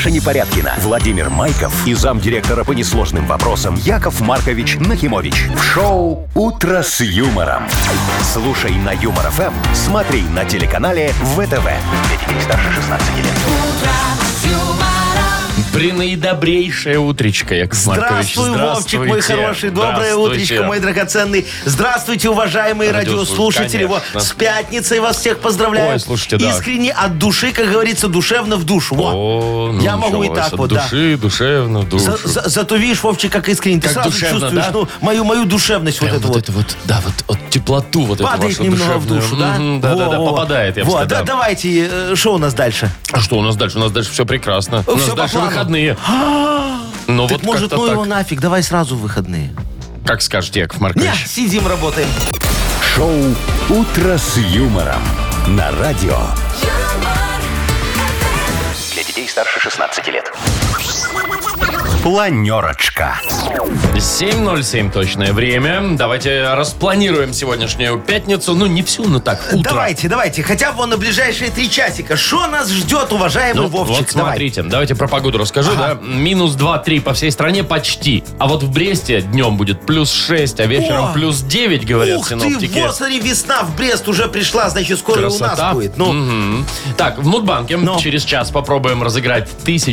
Маша Непорядкина, Владимир Майков и замдиректора по несложным вопросам Яков Маркович Нахимович. В шоу «Утро с юмором». Слушай на Юмор ФМ, смотри на телеканале ВТВ. Для детей старше 16 лет. Пренаидобрейшее утречко, Яков Маркович. Здравствуй, Вовчик, мой хороший. Доброе утречко, мой драгоценный. Здравствуйте, уважаемые радиослушатели. Конечно. С пятницей вас всех поздравляю. Ой, слушайте, да. Искренне, от души, как говорится, душевно в душу. Я могу и так вот, да. Души, душевно, в душу. Зато видишь, Вовчик, как искренне. Ты Как сразу душевно, чувствуешь, да? мою душевность Прям вот эту вот. да, вот теплоту вот эту Падает вашу немного в душевную. душу, да? Да, попадает, я бы Вот, сказал. давайте, что у нас дальше? А что у нас дальше? У нас дальше все прекрасно. У нас Всё по дальше плану. выходные. Ну Так вот может, как-то ну так. его нафиг, давай сразу в выходные. Как скажете, Яков Не, Маркович. сидим, работаем. Шоу «Утро с юмором» на радио. Для детей старше 16 лет. Планерочка. 7:07 точное время. Давайте распланируем сегодняшнюю пятницу. Ну, не всю, но так, утро. Давайте. Хотя бы на ближайшие 3 часика. Что нас ждет, уважаемый Ну, Вовчик? вот смотрите, давайте про погоду расскажу, да. Минус 2-3 по всей стране почти. А вот в Бресте днем будет плюс 6, а вечером О! плюс 9, говорят Ух синоптики. ты, вот смотри, весна в Брест уже пришла, значит, скоро и у Красота. нас будет. Ну, Мгм. Так, в Мудбанке Ну. через час попробуем разыграть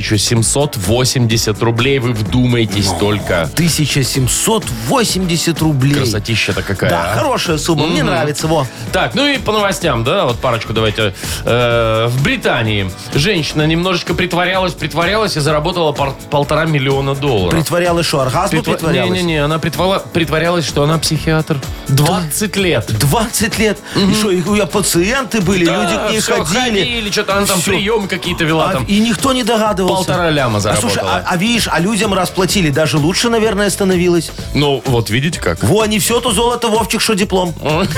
1780 рублей. Вы вдумайтесь только. 1780 рублей. Красотища-то какая. Да, а? хорошая сумма, мне нравится, во. Так, ну и по новостям, да, вот парочку давайте. В Британии женщина немножечко притворялась и заработала $1,5 миллиона. Притворялась что, оргазму притворялась? Не-не-не, она притворялась, что она психиатр. 20 лет. 20 лет. И что, у меня пациенты были, Да, люди к ней всё, ходили. что-то она там Всё. приемы какие-то вела там. И никто не догадывался. $1,5 ляма заработала. Слушай, видишь, людям расплатили, даже лучше, наверное, становилось. Ну, вот видите как. Во, не все то золото, Вовчик, что диплом.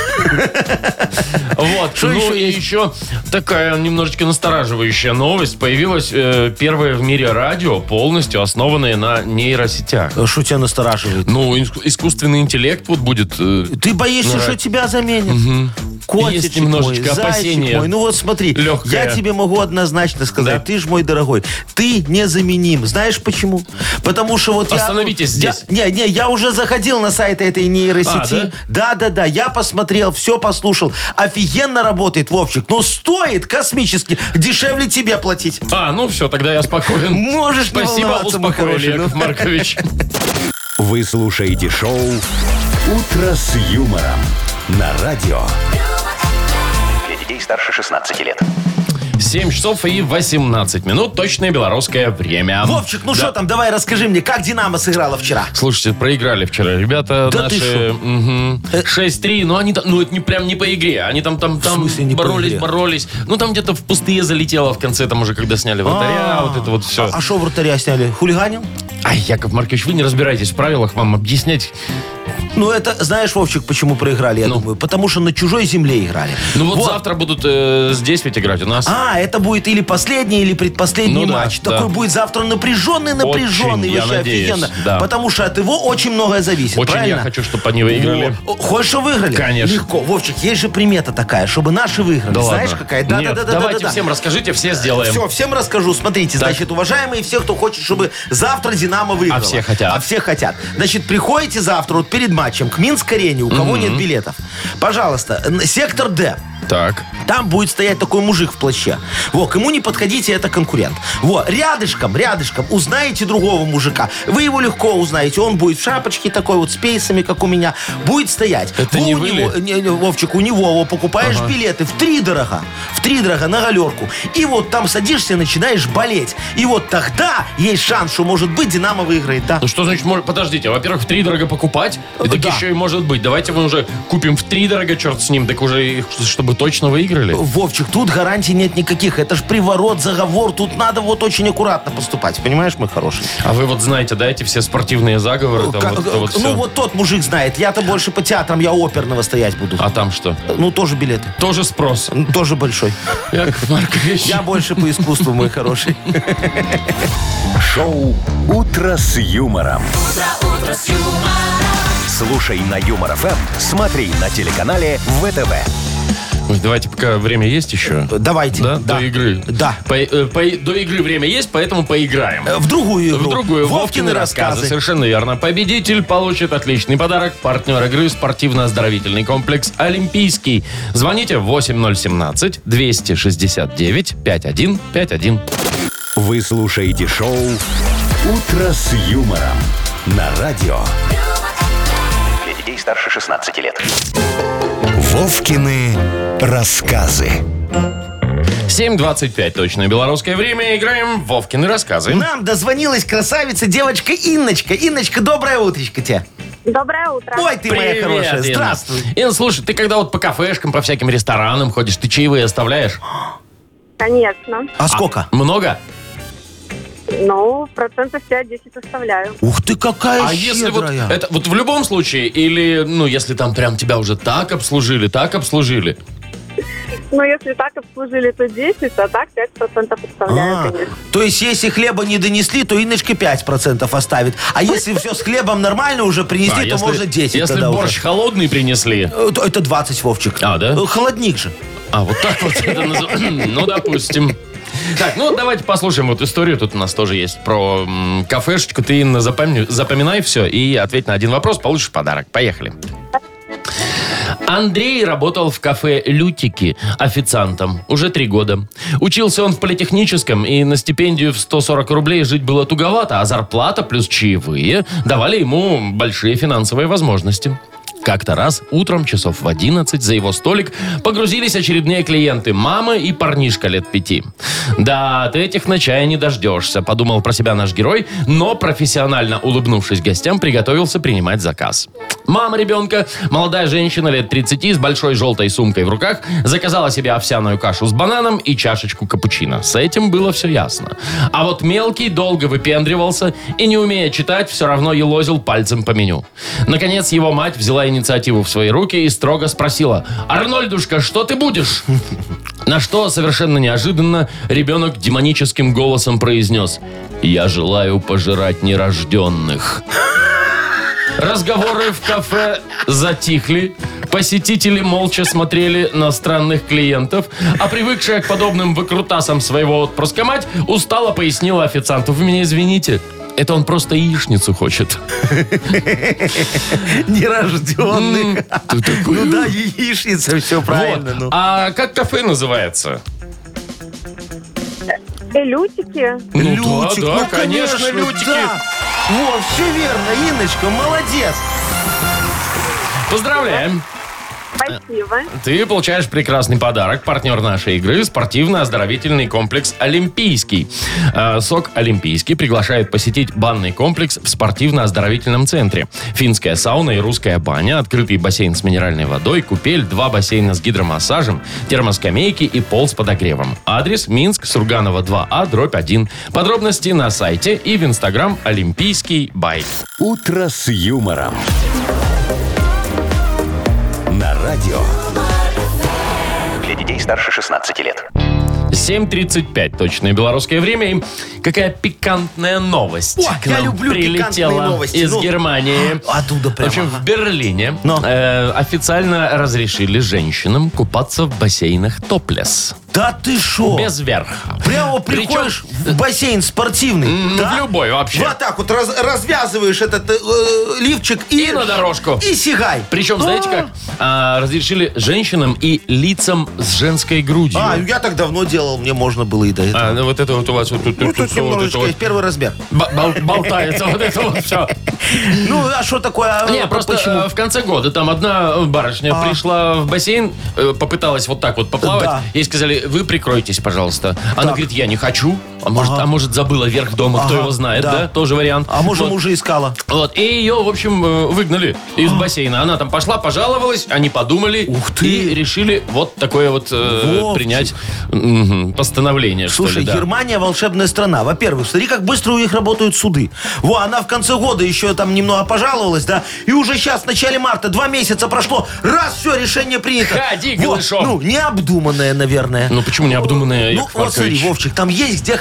Вот. Что Ну еще и есть? еще такая немножечко настораживающая новость. Появилось первое в мире радио, полностью основанное на нейросетях. Что тебя настораживает? Ну, искусственный интеллект вот будет... Ты боишься, что тебя заменят? Котичек Есть немножечко мой, зайчик опасения. мой. Ну вот смотри, Легкое. я тебе могу однозначно сказать, Да. ты ж мой дорогой, ты незаменим. Знаешь почему? Потому что вот Остановитесь здесь. Я уже заходил на сайт этой нейросети. Да, я посмотрел, все послушал. Офигенно работает, Вовчик. Но стоит космически. Дешевле тебе платить. Ну все, тогда я спокоен. Можешь не Спасибо, волноваться, мой успокоили, хороший. Яков Маркович. Вы слушаете шоу «Утро с юмором» на радио. Для детей старше 16 лет. 7 часов и 18 минут. Точное белорусское время. Вовчик, ну что там, давай расскажи мне, как «Динамо» сыграла вчера? Слушайте, проиграли вчера. Ребята Да ты наши... шо? 6-3, но они там... Ну, это не прям не по игре. Они там смысле не по игре? боролись. Ну, там где-то в пустые залетело в конце, там уже когда сняли вратаря, вот это вот все. А что вратаря сняли? Хулиганил? Ай, Яков Маркович, вы не разбираетесь в правилах, вам объяснять. Ну, это, знаешь, Вовчик, почему проиграли, я думаю? Потому что на чужой земле играли. Ну, вот завтра будут здесь ведь играть у нас. Это будет или последний, или предпоследний Ну да, матч. да. Такой будет завтра напряженный, Очень, я вообще надеюсь, офигенно. да. Потому что от его очень многое зависит, Очень правильно? я хочу, чтобы они выиграли. Хочешь, что выиграли? Конечно. Легко. Вовчик, есть же примета такая, чтобы наши выиграли. Да Знаешь, ладно? какая? Нет, давайте Да. всем расскажите, все сделаем. Все, всем расскажу. Смотрите, Так. значит, уважаемые все, кто хочет, чтобы завтра «Динамо» выиграла. А все хотят. А все хотят. Значит, приходите завтра, вот перед матчем, к Минск-арене, у кого нет билетов. Пожалуйста, сектор «Д». Так. Там будет стоять такой мужик в плаще. Во, к ему не подходите, это конкурент. Во, рядышком, узнаете другого мужика. Вы его легко узнаете. Он будет в шапочке такой вот с пейсами, как у меня. Будет стоять. Это Во, не у вы него, ли? Вовчик, у него покупаешь билеты втридорого на галерку. И вот там садишься и начинаешь болеть. И вот тогда есть шанс, что, может быть, «Динамо» выиграет, да. Ну что значит, подождите, во-первых, втридорого покупать, и так Да. еще и может быть. Давайте мы уже купим втридорого, черт с ним, так уже, чтобы точно выиграли. Вовчик, тут гарантий нет никаких. Это ж приворот, заговор. Тут надо вот очень аккуратно поступать. Понимаешь, мой хороший? А вы вот знаете, да, эти все спортивные заговоры, там вот всё. Ну, вот тот мужик знает. Я-то больше по театрам, я оперного стоять буду. А там что? Ну, тоже билеты. Тоже спрос. Тоже большой. Яков Маркович. Я больше по искусству, мой хороший. Шоу «Утро с юмором». Слушай на Юмор ФМ, смотри на телеканале ВТВ. Давайте, пока время есть еще. Давайте. Да? Да. До игры. Да. До игры время есть, поэтому поиграем. В другую игру. В другую. Вовкины рассказы. Совершенно верно. Победитель получит отличный подарок. Партнер игры спортивно-оздоровительный комплекс «Олимпийский». Звоните 8017-269-5151. Вы слушаете шоу «Утро с юмором» на радио. Для детей старше 16 лет. Вовкины рассказы. 7:25 точное белорусское время. Играем в Вовкины рассказы. Нам дозвонилась красавица девочка Инночка. Инночка, доброе утречко тебе. Доброе утро. Ой, ты моя хорошая. Инна. Здравствуй. Инна, слушай, ты когда вот по кафешкам, по всяким ресторанам ходишь, ты чаевые оставляешь? Конечно. А сколько? Много? Ну, процентов 5-10 оставляю. Ух ты, какая А если вот щедрая. это вот в любом случае, или, ну, если там прям тебя уже так обслужили. Ну, если так обслужили, то 10, а так 5% оставляю, конечно. То есть, если хлеба не донесли, то Инночка 5% оставит. А если все с хлебом нормально уже принесли, то можно 10 Если тогда борщ уже. холодный принесли. То это 20, Вовчик. А, да? Холодник же. А, вот так вот это называется. Ну, допустим. Так, ну давайте послушаем вот историю. Тут у нас тоже есть про кафешечку. Ты, Инна, запоминай все и ответь на один вопрос, получишь подарок. Поехали. Андрей работал в кафе «Лютики» официантом уже 3 года. Учился он в политехническом, и на стипендию в 140 рублей жить было туговато, а зарплата плюс чаевые давали ему большие финансовые возможности. Как-то раз утром часов в 11 за его столик погрузились очередные клиенты, мама и парнишка лет 5. Да, ты этих на чай не дождешься, подумал про себя наш герой, но профессионально улыбнувшись гостям, приготовился принимать заказ. Мама ребенка, молодая женщина лет 30 с большой желтой сумкой в руках, заказала себе овсяную кашу с бананом и чашечку капучино. С этим было все ясно. А вот мелкий долго выпендривался и, не умея читать, все равно елозил пальцем по меню. Наконец его мать взяла инициативу в свои руки и строго спросила: «Арнольдушка, что ты будешь?» На что совершенно неожиданно ребенок демоническим голосом произнес: «Я желаю пожирать нерожденных». Разговоры в кафе затихли, посетители молча смотрели на странных клиентов, а привыкшая к подобным выкрутасам своего отпрыска мать устало пояснила официанту: «Вы меня извините, это он просто яичницу хочет». Нерожденных. Ну да, яичница, все правильно. Вот. А как кафе называется? Лютики. Лютик, да, конечно, лютики. Да. Во, все верно, Инночка, молодец. Поздравляем. Спасибо. Ты получаешь прекрасный подарок. Партнер нашей игры — спортивно-оздоровительный комплекс «Олимпийский». СОК «Олимпийский» приглашает посетить банный комплекс в спортивно-оздоровительном центре. Финская сауна и русская баня, открытый бассейн с минеральной водой, купель, 2 бассейна с гидромассажем, термоскамейки и пол с подогревом. Адрес: Минск, Сурганова 2А/1. Подробности на сайте и в Инстаграм «Олимпийский бай». «Утро с юмором». На радио. Для детей старше 16 лет. 7:35 точное белорусское время. И какая пикантная новость О, к я нам люблю прилетела пикантные новости. из Ну, Германии. оттуда В прямо. общем, в Берлине Но. официально разрешили женщинам купаться в бассейнах топлес. Да ты шо? Без верха. Прямо Причем- приходишь в бассейн спортивный. В любой вообще. Вот так вот развязываешь этот лифчик И на дорожку. И сигай. Причем, знаете как? Разрешили женщинам и лицам с женской грудью. Я так давно делал, мне можно было и до этого. Ну вот это вот у вас вот тут Ну, вот тут всё вот это немножечко вот есть первый размер. болтается вот это вот все. Ну, а что такое? Не, просто Почему? в конце года там одна барышня пришла в бассейн, попыталась вот так вот поплавать. Да. Ей сказали: вы прикройтесь, пожалуйста. Она Так. говорит: я не хочу. А может забыла верх дома, кто Ага, его знает, да. да? Тоже вариант. А может, Вот. уже искала? Вот, и ее, в общем, выгнали из бассейна. Она там пошла, пожаловалась, они подумали. Ух ты. И решили вот такое вот Вовчик. принять постановление, Слушай, что ли, да. Германия волшебная страна. Во-первых, смотри, как быстро у них работают суды. Она в конце года еще там немного пожаловалась, да? И уже сейчас, в начале марта, 2 месяца прошло. Раз, все, решение принято. Ходи голышом. необдуманное, наверное. Ну, почему необдуманное, Ну, Яков вот смотри, Маркович? Вовчик, там есть где ходить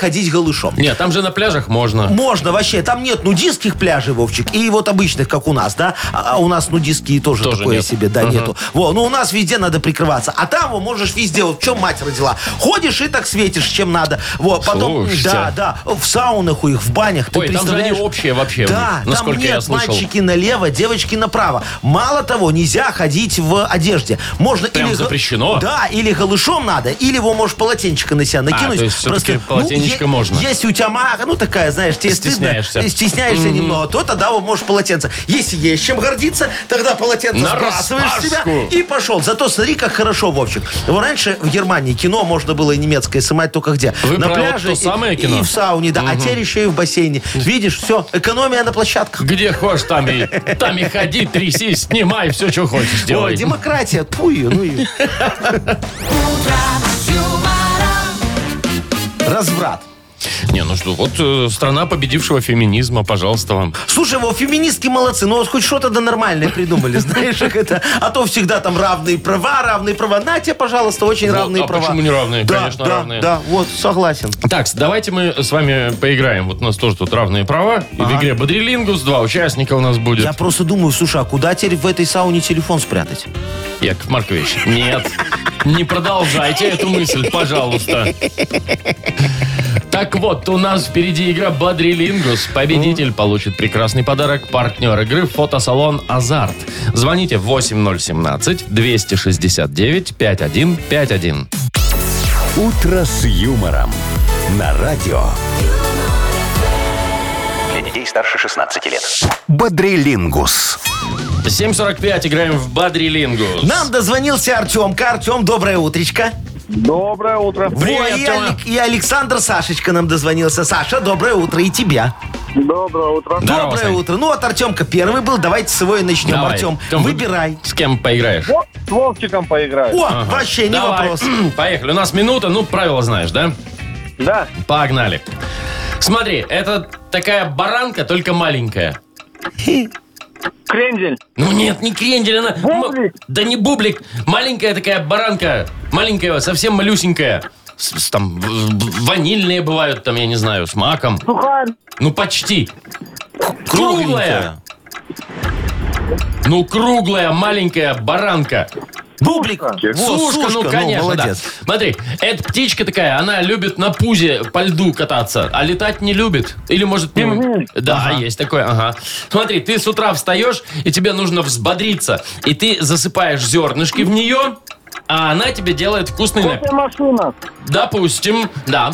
ходить голышом. Нет, там же на пляжах можно. Можно вообще. Там нет нудистских пляжей, Вовчик, и вот обычных, как у нас, да? А у нас нудистские тоже такое нет. себе, да, нету. Во, ну у нас везде надо прикрываться. А там можешь везде, вот в чем мать родила. Ходишь и так светишь, чем надо. Вот, потом, Слушайте. да, в саунах у их, в банях. Ты Ой, там же они представляешь? общие вообще, Да, там насколько я нет, слышал. мальчики налево, девочки направо. Мало того, нельзя ходить в одежде. Можно Прям запрещено? Да, или голышом надо, или его можешь полотенчика на себя накинуть. то есть все-таки Просто, полотенечко можно. Если у тебя такая, знаешь, тебе Стесняешься. стесняешься немного, то тогда вот можешь полотенце. Если есть чем гордиться, тогда полотенце сбрасываешь с себя и пошел. Зато смотри, как хорошо, Вовчик. Вот раньше в Германии кино можно было и немецкое снимать только где? Вы на про пляже вот то самое кино? и в сауне, да. А теперь еще и в бассейне. Видишь, все, экономия на площадках. Где хочешь, там и ходи, трясись, снимай, все, что хочешь, делай. Ой, демократия, тьфу ее, ну и... Разврат. Не, ну что, вот страна победившего феминизма, пожалуйста вам. Слушай, феминистки молодцы, ну вот хоть что-то да нормальное придумали, знаешь, как это. А то всегда там равные права. На тебе, пожалуйста, очень равные права. Почему не равные? Да, Конечно, да, равные. да, вот, согласен. Так, давайте мы с вами поиграем. Вот у нас тоже тут равные права. И в игре Бодрилингус 2 участника у нас будет. Я просто думаю, слушай, а куда теперь в этой сауне телефон спрятать? Яков Маркович, нет. Не продолжайте эту мысль, пожалуйста. Так вот, у нас впереди игра Бодрилингус. Победитель получит прекрасный подарок. Партнер игры — фотосалон «Азарт». Звоните 8017-269-5151. «Утро с юмором» на радио. Для детей старше 16 лет. Бодрилингус. 7:45, играем в Бодрилингус. Нам дозвонился Артемка. Артем, доброе утречко. Доброе утро. Привет, и, Тёма. и Александр Сашечка нам дозвонился. Саша, доброе утро и тебя. Доброе утро. Здорово, Доброе Сань. утро. Ну вот Артемка первый был. Давайте с его и начнем. Давай. Артем, Тём, выбирай. С кем поиграешь? Вот с Вовчиком поиграю. О, вообще не Давай. вопрос. Поехали. У нас минута. Ну, правила знаешь, да? Да. Погнали. Смотри, это такая баранка, только маленькая. Крендель. Ну нет, не крендель, она... Бублик. Да не бублик. Маленькая такая баранка. Маленькая, совсем малюсенькая. Там ванильные бывают, там, я не знаю, с маком. Сухарь. Ну, почти. Кругленькая. Круглая. Ну, круглая, маленькая баранка. Бублик. Во, Сушка, ну, конечно, молодец. да. Смотри, эта птичка такая, она любит на пузе по льду кататься, а летать не любит. Или, может, не... Да, есть такое, ага. Смотри, ты с утра встаешь, и тебе нужно взбодриться. И ты засыпаешь зернышки в нее, а она тебе делает вкусный напиток. Кофемашина. Допустим, да.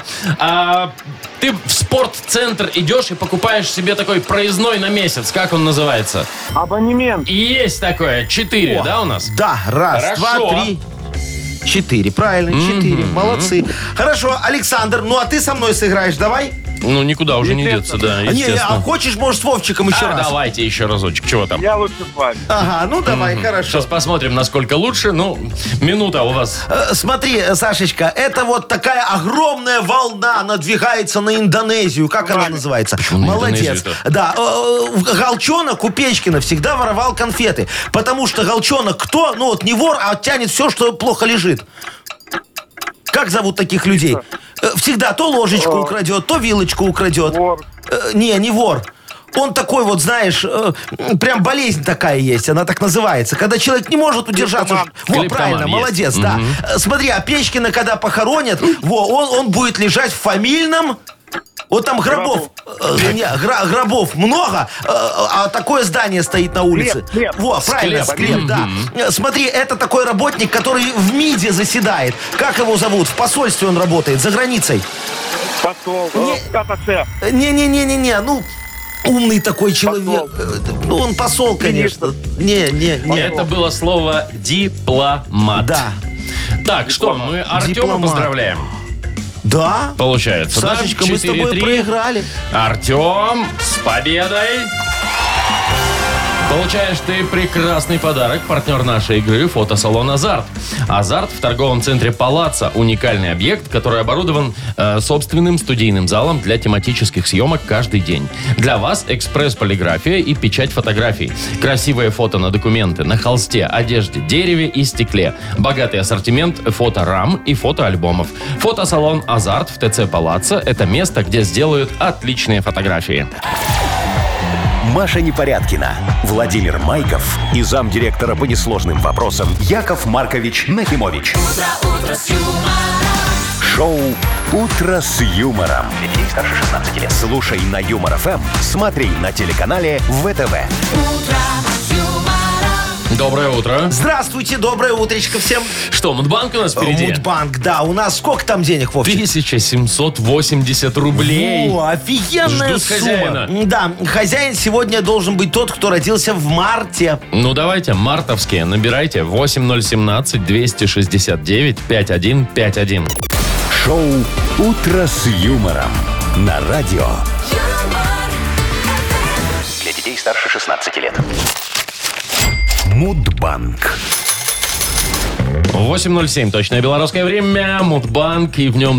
Ты в спортцентр идешь и покупаешь себе такой проездной на месяц. Как он называется? Абонемент. И есть такое. 4, да, у нас? Да, раз, Хорошо. два, три, 4. Правильно, 4. Молодцы. Хорошо, Александр, ну а ты со мной сыграешь, давай? Ну, никуда уже не деться, да, Не, естественно. а хочешь, может, с Вовчиком еще раз? Давайте еще разочек. Чего там? Я лучше с вами. Ага, ну давай, хорошо. Сейчас посмотрим, насколько лучше. Ну, минута у вас. Смотри, Сашечка, это вот такая огромная волна надвигается на Индонезию. Как она называется? на Молодец. Индонезию-то? Да. Галчонок у Печкина всегда воровал конфеты. Потому что Галчонок кто? Ну вот не вор, а тянет все, что плохо лежит. Как зовут таких людей? Всегда то ложечку украдет, то вилочку украдет. Вор. Не вор. Он такой вот, знаешь, прям болезнь такая есть, она так называется. Когда человек не может удержаться. Клептоман. Вот, правильно, Клептоман молодец, есть. да. Смотри, а Печкина, когда похоронят, он будет лежать в фамильном. Вот там гробов много, а такое здание стоит на улице. Склеп. Во, правильно, склеп, да. Смотри, это такой работник, который в МИДе заседает. Как его зовут? В посольстве он работает, за границей. Посол. КПЦ. Не, ну, умный такой человек. Ну, он посол, конечно. Не. Это было слово «дипломат». Да. Так, что, мы Артема Дипломат. поздравляем. Да? Получается, да? Сашечка, мы с тобой 4-3. проиграли. Артем, с победой! Получаешь ты прекрасный подарок. Партнер нашей игры — фотосалон «Азарт». «Азарт» в торговом центре «Палаццо» — уникальный объект, который оборудован собственным студийным залом для тематических съемок каждый день. Для вас экспресс-полиграфия и печать фотографий. Красивые фото на документы, на холсте, одежде, дереве и стекле. Богатый ассортимент фоторам и фотоальбомов. Фотосалон «Азарт» в ТЦ «Палаццо» — это место, где сделают отличные фотографии. Маша Непорядкина, Владимир Майков и замдиректора по несложным вопросам Яков Маркович Нахимович. Шоу «Утро с юмором». Для детей старше 16 лет. Слушай на Юмор ФМ, смотри на телеканале ВТВ. Доброе утро. Здравствуйте, доброе утречко всем. Что, Мудбанк у нас впереди? Мудбанк, да. У нас сколько там денег, Вовчик? 1780 рублей. О, офигенная Ждут сумма. хозяина. Да, хозяин сегодня должен быть тот, кто родился в марте. Ну, давайте, мартовские, набирайте 8017-269-5151. Шоу «Утро с юмором» на радио. Для детей старше 16 лет. Мудбанк. 8:07, точное белорусское время. Мудбанк, и в нем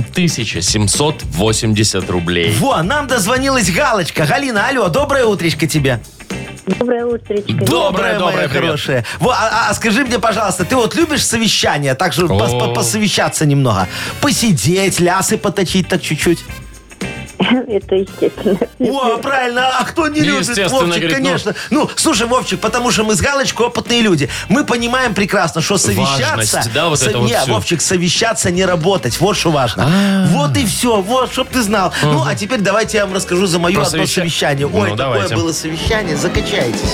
1780 рублей. Во, нам дозвонилась Галочка. Галина, алло, доброе утречко тебе. Доброе утречко. Доброе, моя привет. хорошая. Во, а скажи мне, пожалуйста, ты вот любишь совещания? Так же посовещаться немного? Посидеть, лясы поточить так чуть-чуть? Это естественно. О, правильно, а кто не любит, Естественно, Вовчик, говорит, конечно. Ну, слушай, Вовчик, потому что мы с Галочкой опытные люди. Мы понимаем прекрасно, что совещаться... Важность, да, вот это вот Не, всё. Вовчик, совещаться, не работать. Вот что важно. Вот и все, вот, чтоб ты знал. Ну, а теперь давайте я вам расскажу за мое Про одно совещание. Ой, Ну, такое давайте. было совещание, закачайтесь.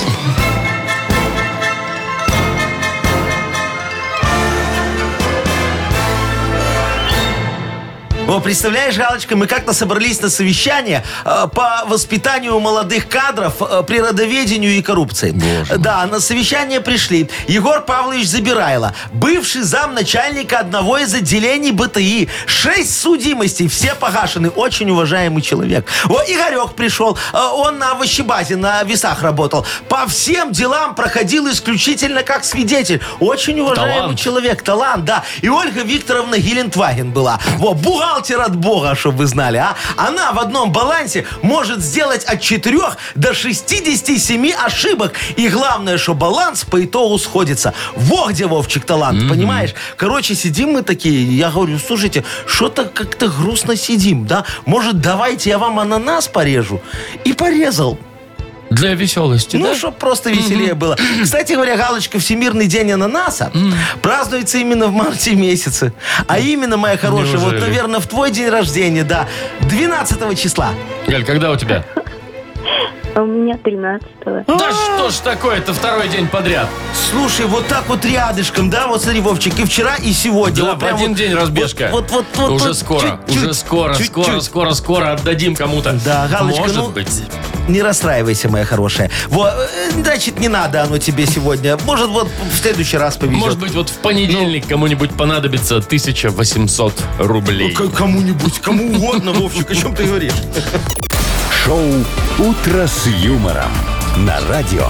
О, представляешь, Галочка, мы как-то собрались на совещание по воспитанию молодых кадров, природоведению и коррупции. Да, на совещание пришли Егор Павлович Забирайло, бывший замначальника одного из отделений БТИ. 6 судимостей, все погашены. Очень уважаемый человек. О, Игорек пришел, он на овощебазе, на весах работал. По всем делам проходил исключительно как свидетель. Очень уважаемый Талант. человек, талант, да. И Ольга Викторовна Гелендваген была. Во, бухгалтер от бога, чтобы вы знали, а. Она в одном балансе может сделать от 4 до 67 ошибок. И главное, что баланс по итогу сходится. Во где, Вовчик, талант, понимаешь? Короче, сидим мы такие, я говорю, слушайте, что-то как-то грустно сидим, да? Может, давайте я вам ананас порежу? И порезал. Для веселости, Ну, да? чтобы просто веселее было. Кстати говоря, Галочка, Всемирный день ананаса празднуется именно в марте месяце. А именно, моя хорошая, вот, Неужели? наверное, в твой день рождения, да, 12 числа. Галь, когда у тебя? А у меня 13-го. Да что ж такое-то, второй день подряд. Слушай, вот так вот рядышком, да, вот смотри, Вовчик, и вчера, и сегодня. Да, Вот в прям один вот- день разбежка. Вот Уже скоро, чуть-чуть, уже скоро, чуть-чуть. скоро отдадим кому-то. Да, Галочка, Может ну, быть. Не расстраивайся, моя хорошая. Вот, значит, не надо оно тебе сегодня. Может, вот в следующий раз повезет. Может быть, вот в понедельник кому-нибудь понадобится 1800 рублей. Кому-нибудь, кому угодно, Вовчик, о чем ты говоришь? Шоу «Утро с юмором» на радио.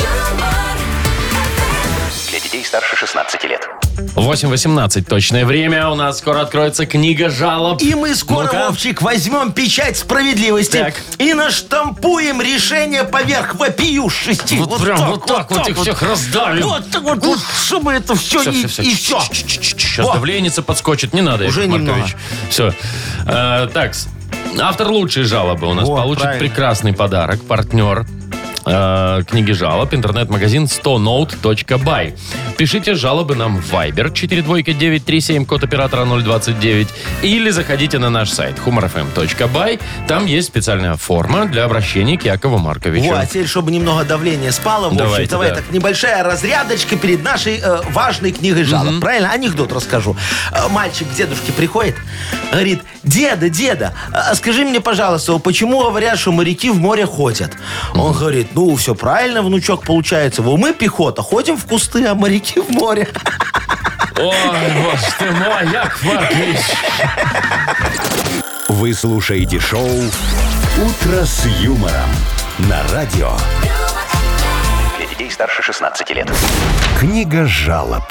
Для детей старше 16 лет. 8:18 точное время. У нас скоро откроется книга жалоб. И мы скоро, Ну-ка. Вовчик, возьмем печать справедливости Так. и наштампуем решение поверх вопиющести. Вот прям вот так вот их всех раздавим. Вот так вот, чтобы это все, и все. Сейчас Во. давленица подскочит. Не надо, Уже Яков немного. Маркович. Все. Так, автор лучшей жалобы у нас Во, получит правильно. прекрасный подарок. Партнер книги жалоб, интернет-магазин 100note.by. Пишите жалобы нам в Viber 42937, код оператора 029, или заходите на наш сайт humorfm.by. Там есть специальная форма для обращения к Якову Марковичу. Вот, а теперь, чтобы немного давление спало, Вовчик, Давайте, давай да. так, небольшая разрядочка перед нашей важной книгой жалоб. Правильно? Анекдот расскажу. Мальчик к дедушке приходит, говорит, деда, а скажи мне, пожалуйста, почему говорят, что моряки в море ходят? Он говорит, ну, все правильно, внучок, получается. Мы пехота, ходим в кусты, а моряки в море. Ой, боже ты мой, Яков Маркович. Вы слушаете шоу «Утро с юмором» на радио. Для детей старше 16 лет. Книга жалоб.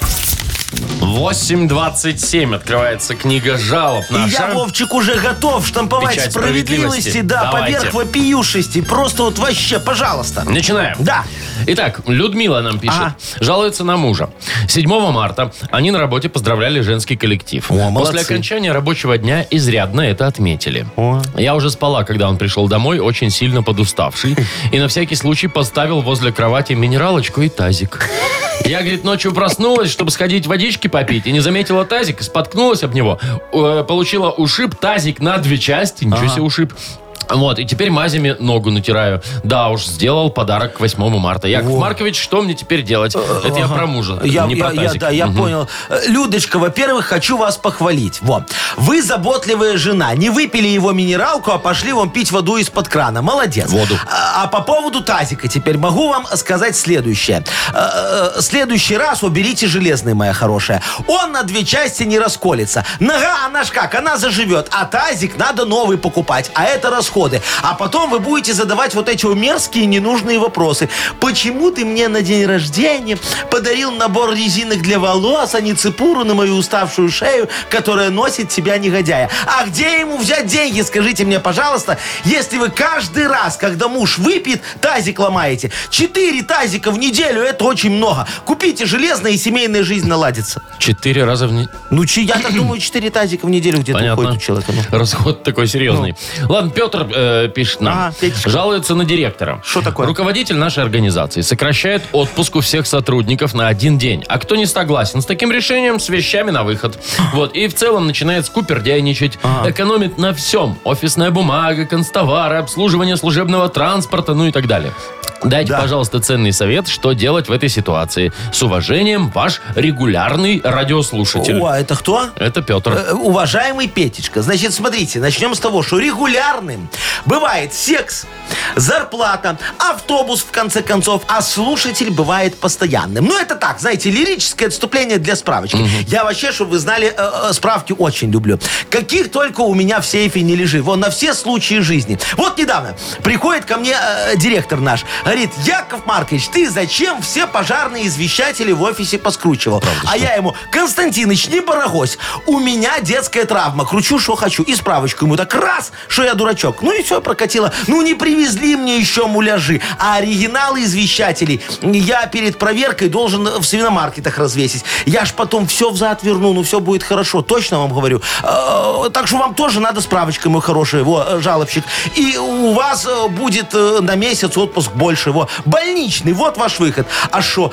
8:27 открывается книга жалоб И я, наша. Вовчик, уже готов штамповать Печать справедливости, справедливости. да, Давайте. поверх вопиюшести. Просто вот вообще, пожалуйста. Начинаем. Да. Итак, Людмила нам пишет. Ага. Жалуется на мужа. 7 марта они на работе поздравляли женский коллектив. О, молодцы. После окончания рабочего дня изрядно это отметили. О. Я уже спала, когда он пришел домой, очень сильно подуставший. И на всякий случай поставил возле кровати минералочку и тазик. Я, говорит, ночью проснулась, чтобы сходить водички попить, и не заметила тазик, споткнулась об него, получила ушиб, тазик на 2 части, ничего себе ушиб. Вот, и теперь мазями ногу натираю. Да уж, сделал подарок к 8 марта. Яков Маркович, что мне теперь делать? Это я про мужа, не про тазик. Я понял. Людочка, во-первых, хочу вас похвалить. Вот. Вы заботливая жена. Не выпили его минералку, а пошли вам пить воду из-под крана. Молодец. Воду. А по поводу тазика теперь могу вам сказать следующее. Следующий раз уберите железный, моя хорошая. Он на 2 части не расколется. Нога, она ж как, она заживет. А тазик надо новый покупать. А это расход. А потом вы будете задавать вот эти мерзкие ненужные вопросы. Почему ты мне на день рождения подарил набор резинок для волос, а не цепуру на мою уставшую шею, которая носит тебя, негодяя? А где ему взять деньги, скажите мне, пожалуйста, если вы каждый раз, когда муж выпьет, тазик ломаете? 4 тазика в неделю, это очень много. Купите железное, и семейная жизнь наладится. 4 раза в неделю. Ну, я так думаю, 4 тазика в неделю где-то Понятно. уходит у человека. Ну. Расход такой серьезный. Ладно, Петр пишет нам. Ага, Петечка. Жалуется на директора. Что такое? Руководитель нашей организации сокращает отпуск у всех сотрудников на 1 день. А кто не согласен с таким решением, с вещами на выход. Вот. И в целом начинает скупердяйничать. Экономит на всем. Офисная бумага, канцтовары, обслуживание служебного транспорта, ну и так далее. Дайте, Да. пожалуйста, ценный совет, что делать в этой ситуации. С уважением, ваш регулярный радиослушатель. О, это кто? Это Петр. Уважаемый Петечка, значит, смотрите, начнем с того, что регулярным бывает секс, зарплата, автобус, в конце концов, а слушатель бывает постоянным. Ну, это так, знаете, лирическое отступление для справочки. Я вообще, чтобы вы знали, справки очень люблю. Каких только у меня в сейфе не лежит. Вон, на все случаи жизни. Вот недавно приходит ко мне директор наш, говорит: Яков Маркович, ты зачем все пожарные извещатели в офисе поскручивал? А я ему: Константиныч, не барагось, у меня детская травма, кручу, что хочу. И справочку ему так раз, что я дурачок. Ну и все, прокатило. Ну не привезли мне еще муляжи, а оригиналы извещателей я перед проверкой должен в свиномаркетах развесить. Я ж потом все взад верну, ну все будет хорошо, точно вам говорю. Так что вам тоже надо справочкой, мой хороший, жалобщик. И у вас будет на месяц отпуск больше. Больничный, вот ваш выход. А что?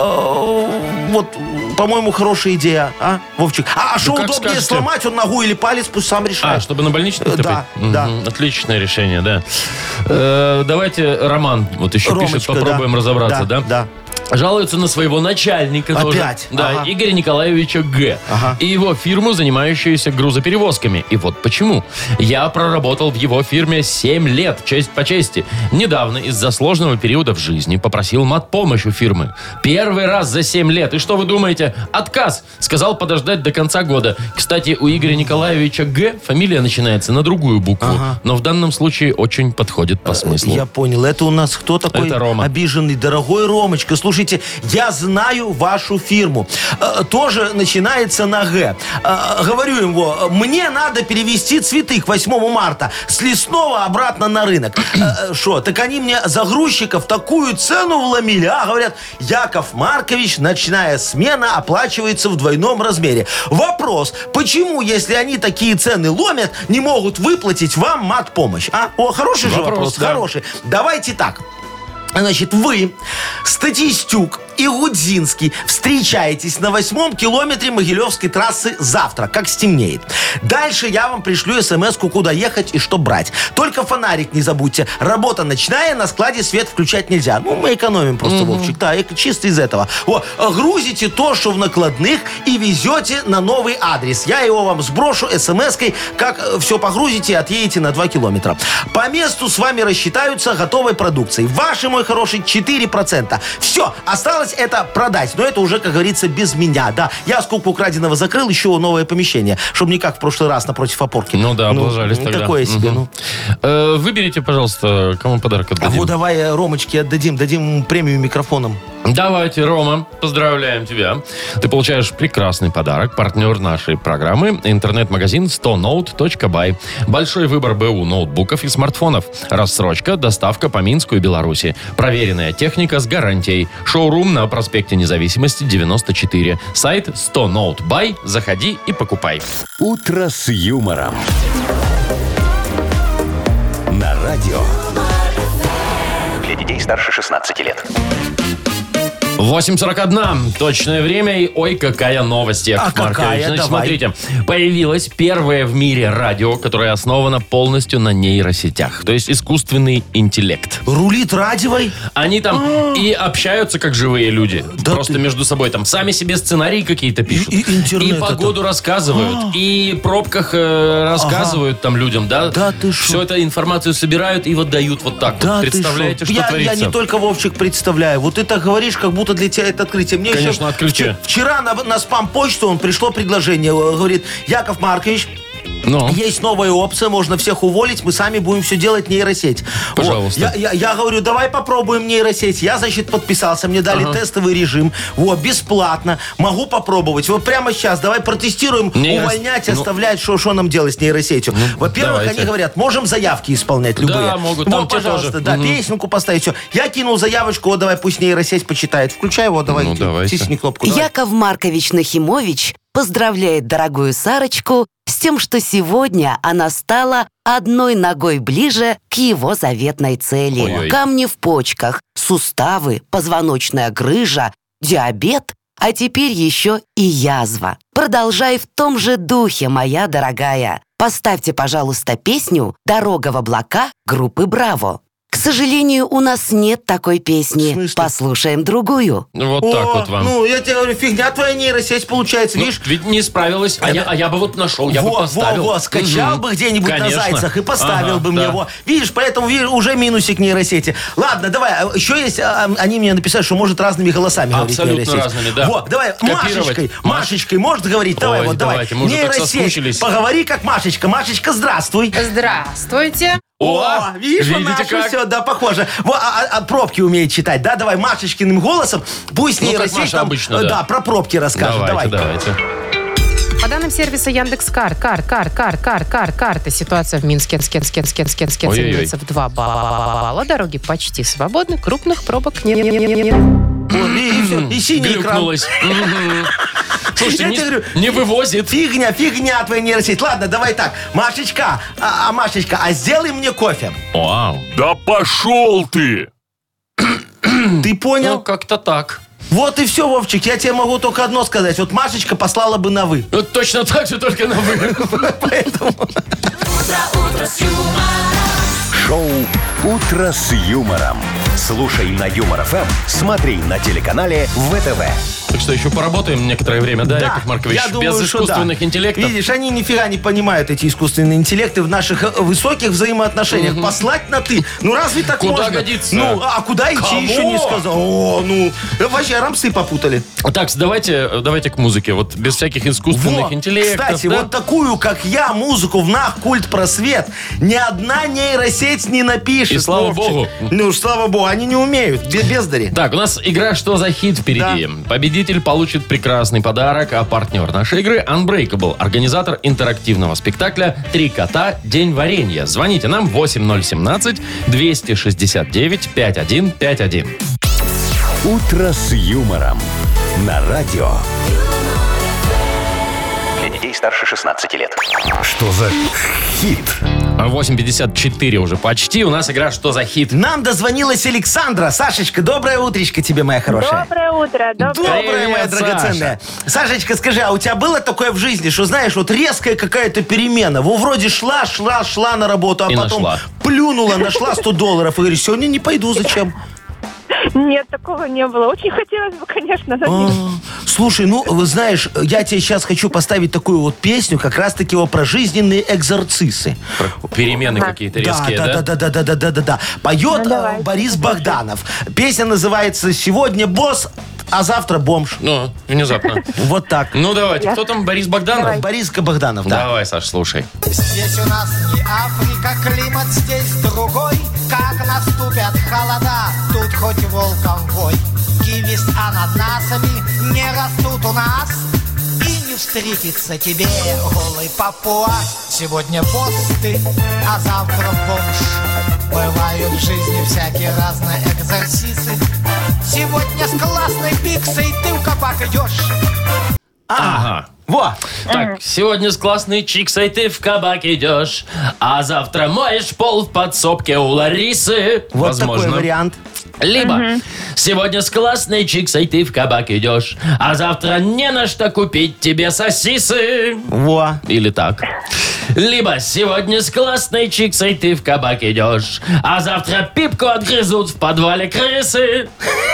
Вот, по-моему, хорошая идея, а, Вовчик? А что как удобнее скажете. сломать, он ногу или палец, пусть сам решает. Чтобы на больничный ты Да, быть? да. Отличное решение, да. Давайте Роман вот еще Ромочка, пишет, попробуем разобраться, да? Да. Жалуется на своего начальника тоже. Опять? Да, Ага. Игоря Николаевича Г. Ага. И его фирму, занимающуюся грузоперевозками. И вот почему. Я проработал в его фирме 7 лет, честь по чести. Недавно из-за сложного периода в жизни попросил матпомощь у фирмы. Первый раз за 7 лет. И что вы думаете? Отказ. Сказал подождать до конца года. Кстати, у Игоря Николаевича Г. фамилия начинается на другую букву. Ага. Но в данном случае очень подходит по смыслу. Я понял. Это у нас кто такой Это Рома. обиженный? Дорогой Ромочка, слушайте, я знаю вашу фирму. Тоже начинается на Г. Говорю ему: мне надо перевезти цветы к 8 марта с лесного обратно на рынок. Что? Так они мне за грузчиков такую цену вломили. Говорят: Яков Маркович, ночная смена оплачивается в двойном размере. Вопрос: почему, если они такие цены ломят, не могут выплатить вам матпомощь? Хороший же вопрос. да. Хороший. Давайте так. Значит, вы, Статистюк и Гудзинский, встречаетесь на 8-м километре Могилевской трассы завтра, как стемнеет. Дальше я вам пришлю смс-ку, куда ехать и что брать. Только фонарик не забудьте. Работа ночная, на складе свет включать нельзя. Ну, мы экономим просто, Вовчик. Да, чисто из этого. Грузите то, что в накладных, и везете на новый адрес. Я его вам сброшу смс-кой, как все погрузите и отъедете на 2 километра. По месту с вами рассчитаются готовой продукцией. Ваши, мой хороший, 4%. Все, осталось это продать. Но это уже, как говорится, без меня. Да, я скупку украденного закрыл, еще новое помещение, чтобы не как в прошлый раз напротив опорки. Ну да, облажались тогда. Такое себе, Выберите, пожалуйста, кому подарок отдадим. давай Ромочке дадим премию микрофоном. Давайте, Рома, поздравляем тебя. Ты получаешь прекрасный подарок. Партнер нашей программы — интернет-магазин 100note.by. Большой выбор БУ ноутбуков и смартфонов. Рассрочка, доставка по Минску и Беларуси. Проверенная техника с гарантией. Шоурум на проспекте Независимости, 94. Сайт 100note.by. Заходи и покупай. «Утро с юмором». На радио. Для детей старше 16 лет. 8:41. Точное время. И ой, какая новость, Яков А Маркович. какая? Значит, Давай. смотрите. Появилось первое в мире радио, которое основано полностью на нейросетях. То есть искусственный интеллект. Рулит радиовой? Они там и общаются, как живые люди. Да Просто ты- между собой там сами себе сценарии какие-то пишут. И интернет И погоду рассказывают. И пробках рассказывают там людям, да? Да ты шо? Всю эту информацию собирают и вот дают вот так Да вот. ты Представляете, шо? что я творится? не только, Вовчик, представляю. Вот ты так говоришь, как будто для тебя это открытие. Мне Конечно, еще открытие. Вчера на спам-почту пришло предложение. Говорит, Яков Маркович, Ну, есть новая опция, можно всех уволить, мы сами будем все делать нейросеть. Пожалуйста. Вот. Я говорю, давай попробуем нейросеть. Я, значит, подписался, мне дали тестовый режим. Вот, бесплатно. Могу попробовать. Вот прямо сейчас, давай протестируем, увольнять, оставлять, что нам делать с нейросетью. Во-первых, давайте. они говорят, можем заявки исполнять любые. Да, могут, там Вот, те пожалуйста, тоже. да, песенку поставить, все. Я кинул заявочку, вот давай пусть нейросеть почитает. Включай его, давай. Ну, давайте. Тисни кнопку. Давай. Яков Маркович Нахимович поздравляет дорогую Сарочку с тем, что сегодня она стала одной ногой ближе к его заветной цели. Ой-ой. Камни в почках, суставы, позвоночная грыжа, диабет, а теперь еще и язва. Продолжай в том же духе, моя дорогая. Поставьте, пожалуйста, песню «Дорога в облака» группы «Браво». К сожалению, у нас нет такой В песни. смысле? Послушаем другую. вот так вот вам. Ну, я тебе говорю, фигня твоя нейросеть получается, Ну, видишь? ведь не справилась, а я бы вот нашел, я бы поставил. Во, скачал Мгм. бы где-нибудь Конечно. на зайцах и поставил Ага, бы мне да. его. Видишь, поэтому уже минусик нейросети. Ладно, давай, еще есть, они мне написали, что может разными голосами говорить Абсолютно нейросеть. разными, да. Вот, давай, Копировать. Машечкой может говорить? Давай, Ой, вот, давай. давайте, мы уже так соскучились. поговори как Машечка. Машечка, здравствуй. Здравствуйте. О, видишь, видите наша как? все, да, похоже. А пробки умеет читать, да? Давай Машечкиным голосом, пусть Ну, как нейросеть Маша там, обычно, да. про пробки расскажет. Давайте. По данным сервиса Яндекс.Карты, ситуация в Минске Ой-ой-ой. оценивается в 2 балла. Дороги почти свободны, крупных пробок нет. И всё, и синий экран. Глюкнулась. Мгм. Слушайте, Я тебе говорю, не вывозит. Фигня твоя нейросеть. Ладно, давай так. Машечка, Машечка, сделай мне кофе. Вау. Да пошел ты! Ты Ну, понял? как-то так. Вот и все, Вовчик. Я тебе могу только одно сказать. Вот Машечка послала бы на «вы». Ну, точно так же, только на вы. Поэтому... Шоу «Утро с юмором». Слушай на Юмор ФМ, смотри на телеканале ВТВ. Так что еще поработаем некоторое время, да, Яков Маркович? я думаю, Без что искусственных да. интеллектов. Видишь, они нифига не понимают, эти искусственные интеллекты, в наших высоких взаимоотношениях. Послать на «ты». Ну, разве так Куда можно? годится? Ну, а куда идти, Кому? еще не сказал. О, ну, вообще рамсы попутали. Так, давайте к музыке. Вот без всяких искусственных Во, интеллектов. кстати, да? вот такую, как я, музыку в нах культ просвет ни одна нейросеть не напишет. И слава Вовчик. богу. Ну уж слава богу, они не умеют. Бездари. Так, у нас игра «Что за хит» впереди. Победитель получит прекрасный подарок, а партнер нашей игры — Unbreakable, организатор интерактивного спектакля «Три кота. День варенья». Звоните нам 8017-269-5151. «Утро с юмором» на радио. Для детей старше 16 лет. Что за хит? 8:54 уже почти. У нас игра «Что за хит». Нам дозвонилась Александра. Сашечка, доброе утречко тебе, моя хорошая. Доброе утро. Доброе, Привет, моя драгоценная. Сашечка, скажи, а у тебя было такое в жизни, что, знаешь, вот резкая какая-то перемена? Во, вроде шла на работу, а И потом нашла. плюнула, нашла $100 и говоришь, сегодня не пойду, зачем? Нет, такого не было. Очень хотелось бы, конечно, но нет. Слушай, ну, вы знаешь, я тебе сейчас хочу поставить такую вот песню, как раз-таки про жизненные экзорцисы. Перемены какие-то резкие, да? Да. Поет Ну, давай. Борис Богданов. Песня называется «Сегодня босс, а завтра бомж». Ну, внезапно. Вот так. Ну, давайте. Кто там? Борис Богданов? Бориска Богданов, да. Давай, Саш, слушай. Здесь у нас не Африка, климат здесь другой. Как наступят холода, тут хоть волком вой. весть ананасами не растут у нас. И не встретится тебе голый папуа. Сегодня посты, а завтра бомж. Бывают в жизни всякие разные экзорсисы. Сегодня с классной пиксой ты в кабак идешь. Ага. Во! Так, сегодня с классной чиксой ты в кабак идешь, а завтра моешь пол в подсобке у Ларисы. Вот Возможно. такой вариант. Либо сегодня с классной чиксой ты в кабак идешь, а завтра не на что купить тебе сосисы. Во. Или так. Либо сегодня с классной чиксой ты в кабак идешь, а завтра пипку отгрызут в подвале крысы.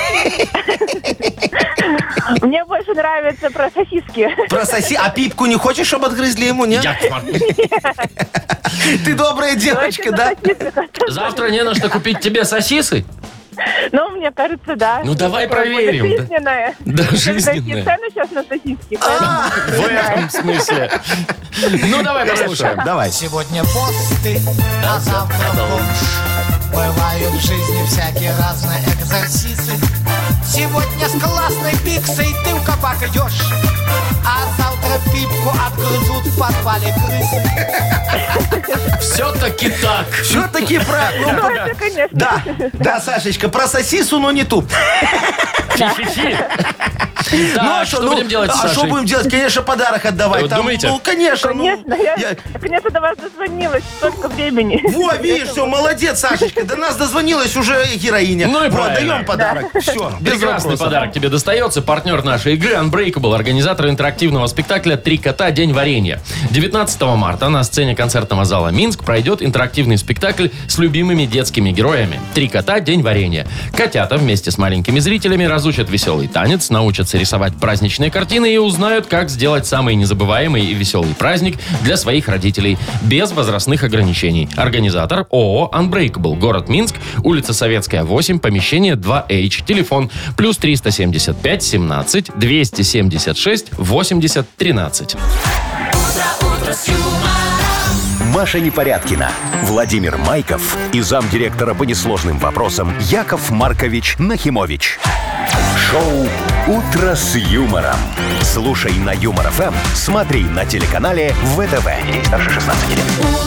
Мне больше нравится про сосиски. А пипку не хочешь, чтобы отгрызли ему, нет? Яков Маркович, Ты добрая девочка, да? завтра не на что купить тебе сосисы? Ну, мне кажется, да. Ну, давай Такое проверим, более да. жизненное. Да, Какие жизненное. цены сейчас на сосиски? В этом смысле. Ну, давай послушаем. Давай. Сегодня посты, а завтра бомж. Бывают в жизни всякие разные экзорсисы. Сегодня с классной пиксой ты в кабак идешь, а завтра пипку отгрызут в подвале крысы. Все-таки так. Все-таки про... Ну, это, конечно. Да, Сашечка, про сосису, но не ту. Фи-фи-фи. Так, что будем делать с А что Сашей? будем делать? Конечно, подарок отдавать. Вы думаете? Ну, конечно. Конечно, я наконец-то до вас дозвонилась. Столько времени. Во, видишь, все, молодец, Сашечка. До нас дозвонилась уже героиня. Ну и вот, правильно. даем подарок. Все, без Прекрасный вопросов. подарок тебе достается. Партнер нашей игры Unbreakable, организатор интерактивного спектакля «Три кота. День варенья». 19 марта на сцене концертного зала «Минск» пройдет интерактивный спектакль с любимыми детскими героями. «Три кота. День варенья». Котята вместе с маленькими зрителями разучат веселый танец, научатся рисовать праздничные картины и узнают, как сделать самый незабываемый и веселый праздник для своих родителей без возрастных ограничений. Организатор ООО Unbreakable. Город Минск, улица Советская, 8, помещение 2H. Телефон плюс 375 17 276 80 13. Маша Непорядкина, Владимир Майков и замдиректора по несложным вопросам Яков Маркович Нахимович. Шоу «Утро с юмором». Слушай на Юмор ФМ, смотри на телеканале ВТВ. Ей старше 16 лет.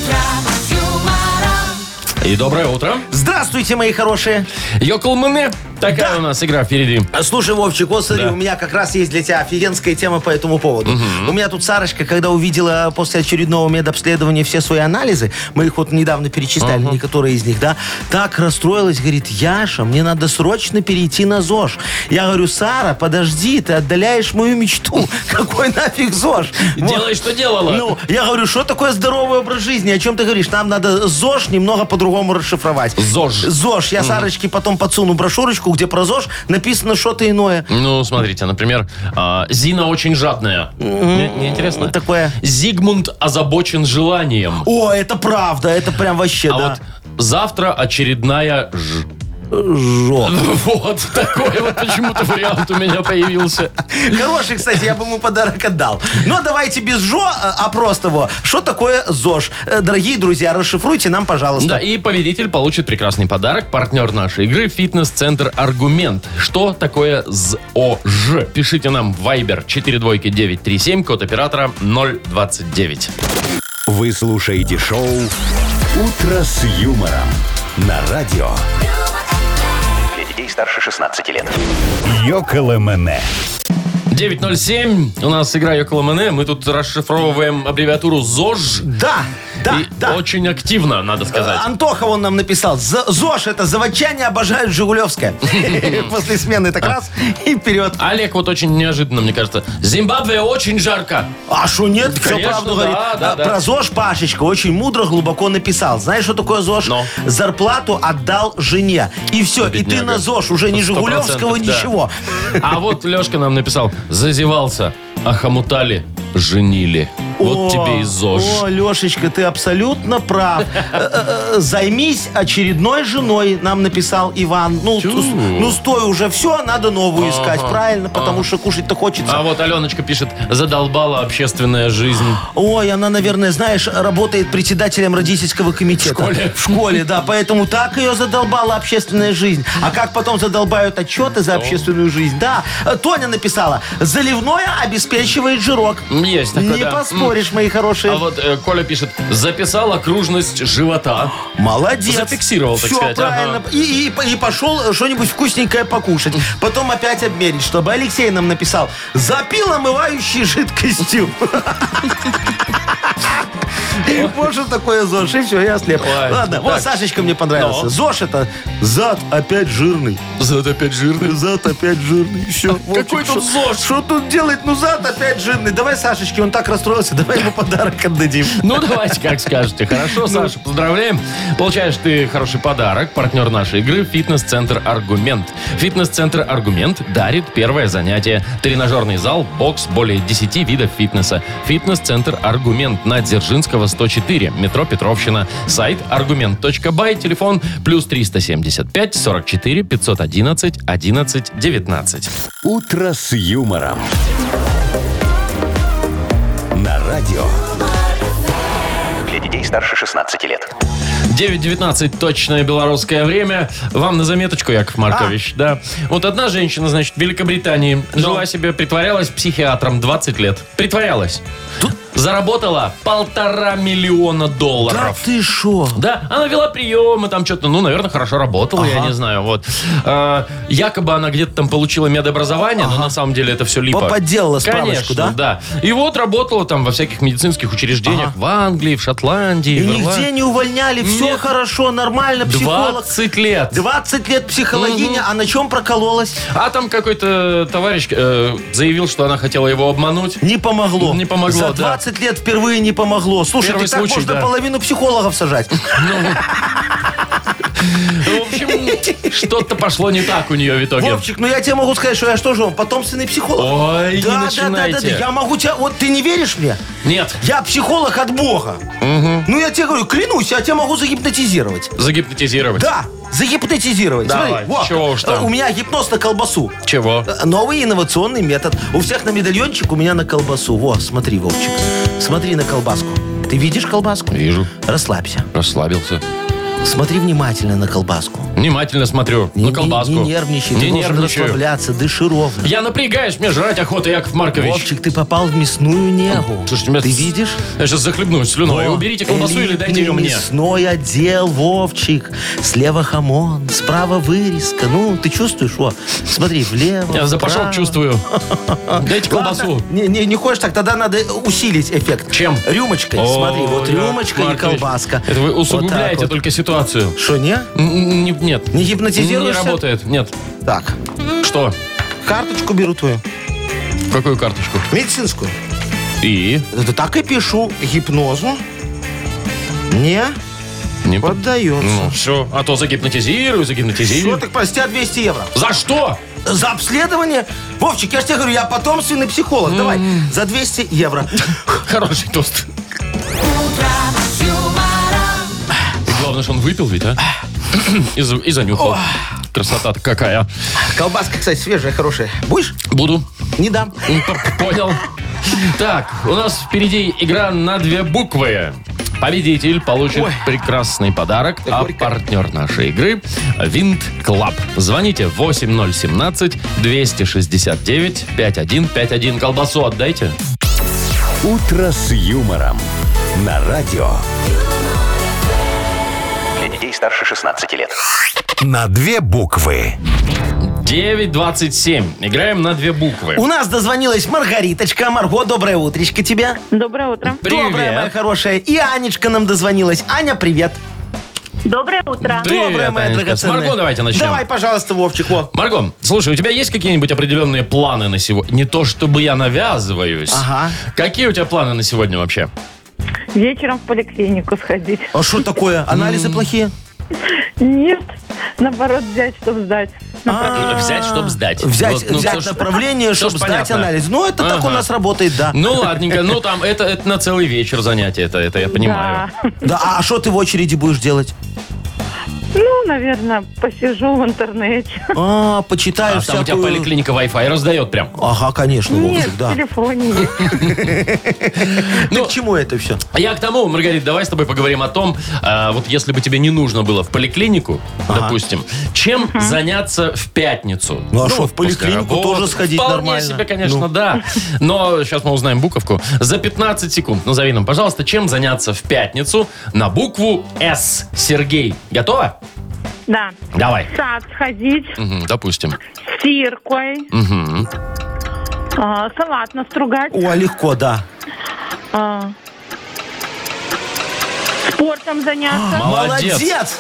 И доброе утро. Здравствуйте, мои хорошие. Йоколмане. Такая у нас игра впереди. Слушай, Вовчик, вот смотри, Да. у меня как раз есть для тебя офигенская тема по этому поводу. У меня тут Сарочка, когда увидела после очередного медобследования все свои анализы, мы их вот недавно перечисляли, некоторые из них, да, так расстроилась, говорит, Яша, мне надо срочно перейти на ЗОЖ. Я говорю, Сара, подожди, ты отдаляешь мою мечту. Какой нафиг ЗОЖ? Делай, что делала. Ну, я говорю, что такое здоровый образ жизни? О чем ты говоришь? Нам надо ЗОЖ немного по-другому расшифровать. ЗОЖ. ЗОЖ. Я Сарочке потом подсуну брошюрочку, где про ЗОЖ написано что-то иное. Ну, смотрите, например, Зина очень жадная. Не интересно? Такое. Зигмунд озабочен желанием. О, это правда, это прям вообще, А да. вот завтра очередная Жопа. Вот такой вот почему-то вариант у меня появился. Хороший, кстати, я бы ему подарок отдал. Но давайте без ЖО, а просто во. Что такое ЗОЖ? Дорогие друзья, расшифруйте нам, пожалуйста. Да, и победитель получит прекрасный подарок. Партнер нашей игры — фитнес-центр «Аргумент». Что такое ЗОЖ? Пишите нам в Viber 42937, код оператора 029. Вы слушаете шоу «Утро с юмором» на радио. Для детей старше 16 лет. Йоколэмэне. 9:07. У нас игра Йоколэмэне. Мы тут расшифровываем аббревиатуру ЗОЖ. Да, И очень активно, надо сказать. Антоха вон нам написал. ЗОЖ, это заводчане обожают Жигулевское. После смены так раз и вперед. Олег вот очень неожиданно, мне кажется. Зимбабве очень жарко. А что нет? Все Конечно, правду да, говорит. да. Про ЗОЖ Пашечка очень мудро, глубоко написал. Знаешь, что такое ЗОЖ? Но. Зарплату отдал жене. И все, и ты Бедняга. на ЗОЖ. Уже ни 100%, Жигулевского, да. ничего. А вот Лешка нам написал. Зазевался, а хомутали женили. Вот тебе и ЗОЖ. О, Лешечка, ты абсолютно прав. Займись очередной женой, нам написал Иван. Ну, стой уже, все, надо новую искать, правильно? Потому что кушать-то хочется. А вот Аленочка пишет, задолбала общественная жизнь. Ой, она, наверное, знаешь, работает председателем родительского комитета. В школе, да. Поэтому так ее задолбала общественная жизнь. А как потом задолбают отчеты за общественную жизнь? Да. Тоня написала, заливное обеспечивает жирок. Есть такое, Не да. поспоришь, мои хорошие. А вот Коля пишет, записал окружность живота. Молодец. Зафиксировал, так Все сказать. правильно. Ага. И пошел что-нибудь вкусненькое покушать. Потом опять обмерить, чтобы Алексей нам написал, запил омывающей жидкостью. Может такое ЗОЖ, и все, я слеп. Ой, Ладно, вот так. Сашечка мне понравился. Но. ЗОЖ это зад опять жирный. Зад опять жирный. Зад опять жирный. Все. Какой тут ЗОЖ? Что тут делать? Ну, зад опять жирный. Давай Сашечке, он так расстроился, давай ему подарок отдадим. Ну, давайте, как скажете. Хорошо, Саша, поздравляем. Получаешь ты хороший подарок. Партнер нашей игры – фитнес-центр «Аргумент». Фитнес-центр «Аргумент» дарит первое занятие. Тренажерный зал, бокс, более 10 видов фитнеса. Фитнес-центр «Аргумент» на Дзержинского, 104, метро Петровщина. Сайт argument.by, телефон +375 44 511 11 19. «Утро с юмором». На радио. Для детей старше 16 лет. 9:19 точное белорусское время. Вам на заметочку, Яков Маркович. Да. Вот одна женщина, значит, в Великобритании жила себе, притворялась психиатром 20 лет. Притворялась. Заработала $1,5 миллиона. Да ты шо? Да, она вела приемы, там что-то, наверное, хорошо работала, я не знаю, вот. Якобы она где-то там получила медобразование, но на самом деле это все липа. Подделала справочку, Конечно, да? И вот работала там во всяких медицинских учреждениях в Англии, в Шотландии. И в Ирландии. нигде не увольняли, все Нет. хорошо, нормально, психолог. 20 лет. 20 лет психологиня, а на чем прокололась? А там какой-то товарищ заявил, что она хотела его обмануть. Не помогло. Не помогло, За да. 20 лет впервые не помогло. Слушай, Первый так случай, можно да. половину психологов сажать. В общем, что-то пошло не так у нее в итоге. Вовчик, ну я тебе могу сказать, что я что же, потомственный психолог. Ой, не Да, начинайте. я могу тебя... Вот ты не веришь мне? Нет. Я психолог от Бога. Ну я тебе говорю, клянусь, я тебя могу загипнотизировать. Загипнотизировать. Да, загипнотизировать. Давай, Смотри, во, чего уж там. у меня гипноз на колбасу. Чего? Новый инновационный метод. У всех на медальончик, у меня на колбасу. Во, смотри, Вовчик. Смотри на колбаску. Ты видишь колбаску? Вижу. Расслабься. Расслабился. Смотри внимательно на колбаску. Внимательно смотрю на колбаску. Не нервничай, ты должен расслабляться, дыши ровно. Я напрягаюсь, мне жрать охота, Яков Маркович. Вовчик, ты попал в мясную негу. Слушайте, меня Ты видишь? Я сейчас захлебнусь слюной. Уберите колбасу или дайте ее мне. Мясной отдел, Вовчик. Слева хамон, справа вырезка. Ну, ты чувствуешь? Во, смотри, влево, Я запашок вправо. чувствую. Дайте колбасу. Ладно, не хочешь, так тогда надо усилить эффект. Чем? Рюмочкой. О, Смотри, вот Яков рюмочка и Маркович, колбаска. Это вы Вот усугубляете так вот. только ситуацию. Что, не? Нет. Не гипнотизируешься? Не работает, нет. Так, Что? карточку беру твою. Какую карточку? Медицинскую. И? Это так и пишу. Гипнозу. Не Не поддается. Ну, все. А то загипнотизирую. Что, так простят 200 евро. За что? За обследование? Вовчик, я же тебе говорю, я потомственный психолог. Давай, за 200 евро. Хороший тост. И главное, что он выпил ведь, а? И занюхал. Красота-то какая. Колбаска, кстати, свежая, хорошая. Будешь? Буду. Не дам. Понял. Так, у нас впереди игра на 2 буквы. Победитель получит прекрасный подарок, а партнер нашей игры – Винт Клаб. Звоните 8017-269-5151. Колбасу отдайте. «Утро с юмором» на радио. Для детей старше 16 лет. На 2 буквы. 9:27. Играем на 2 буквы. У нас дозвонилась Маргариточка. Марго, доброе утречко тебе. Доброе утро. Привет. Доброе, моя хорошая. И Анечка нам дозвонилась. Аня, привет. Доброе утро. Привет, Доброе, моя Анечка. С драгоценная. Марго давайте начнем. Давай, пожалуйста, Вовчик. Во. Марго, слушай, у тебя есть какие-нибудь определенные планы на сегодня? Не то, чтобы я навязываюсь. Ага. Какие у тебя планы на сегодня вообще? Вечером в поликлинику сходить. А что такое? Анализы плохие? Нет, наоборот, взять, чтобы сдать. Взять, чтобы сдать. Взять Вот, ну, взять слушай, направление, всё чтобы ж сдать понятно. анализ. Ну, это так у нас работает, да. Ну, ладненько. Ну, там, это на целый вечер занятие, это я понимаю. Да, а что ты в очереди будешь делать? Ну, наверное, посижу в интернете. Почитаю А там у тебя всякую... поликлиника Wi-Fi раздает прям. Ага, конечно, Нет, Вовчик, в да. телефоне есть. Ты к чему это все? Я к тому, Маргарита, давай с тобой поговорим о том, вот если бы тебе не нужно было в поликлинику, допустим, чем заняться в пятницу. Ну, а что, в после поликлинику работы. тоже сходить Вполне нормально. себе, конечно, Ну. да. Но сейчас мы узнаем буковку. За 15 секунд назови нам, пожалуйста, чем заняться в пятницу на букву «С». Сергей, готова? Да. Давай. В сад сходить, Мгм, допустим. с Иркой, Мгм. салат настругать, О, легко, да. спортом заняться. Молодец.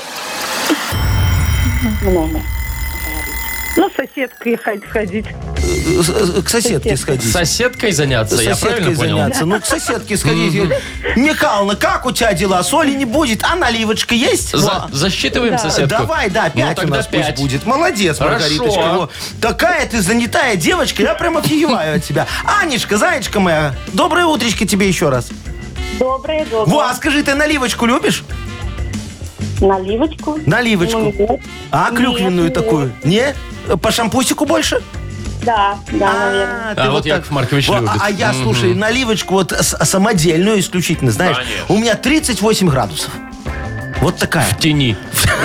Ну, с соседкой ходить. К соседке С сходить. соседкой заняться, С я соседкой правильно понял? заняться. Ну, к соседке сходить. Михайловна, как у тебя дела? Соли не будет, а наливочка есть? Во. Засчитываем соседку? Давай, да, 5 у тогда нас пусть 5. будет. Молодец, Хорошо. Маргариточка. Во. Такая ты занятая девочка, я прям офигеваю от тебя. Анечка, зайчка моя, доброе утречко тебе еще раз. Доброе. Во, а скажи, ты наливочку любишь? Наливочку. Наливочку. Нет. А клюквенную Нет. такую? Не? По шампусику больше? Да, наверное. ты А вот так. Яков Маркович Во, любит. А я, слушай, наливочку вот самодельную исключительно, знаешь, Конечно. у меня 38 градусов. Вот такая. В тени.